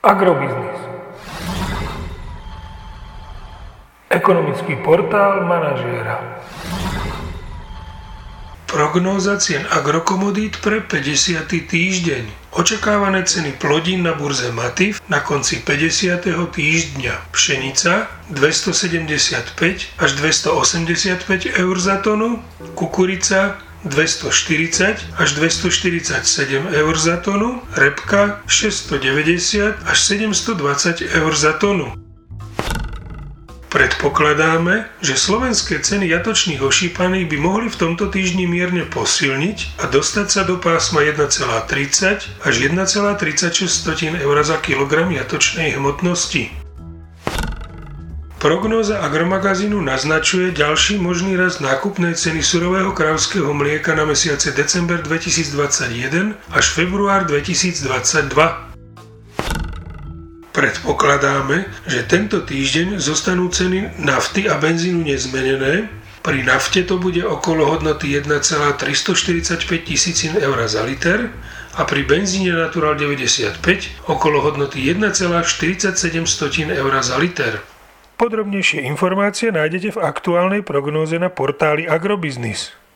Agrobiznis. Ekonomický portál manažéra. Prognóza cien agrokomodít pre 50. týždeň. Očakávané ceny plodín na burze Matif na konci 50. týždňa. Pšenica 275 až 285 eur za tonu, kukurica 240 až 247 eur za tonu, repka 690 až 720 eur za tonu. Predpokladáme, že slovenské ceny jatočných ošípaných by mohli v tomto týždni mierne posilniť a dostať sa do pásma 1,30 až 1,36 eur za kilogram jatočnej hmotnosti. Prognóza Agromagazínu naznačuje ďalší možný rast nákupnej ceny surového kravského mlieka na mesiace december 2021 až február 2022. Predpokladáme, že tento týždeň zostanú ceny nafty a benzínu nezmenené. Pri nafte to bude okolo hodnoty 1,345 tisícin eur za liter a pri benzíne Natural 95 okolo hodnoty 1,47 eur za liter. Podrobnejšie informácie nájdete v aktuálnej prognóze na portáli Agrobiznis.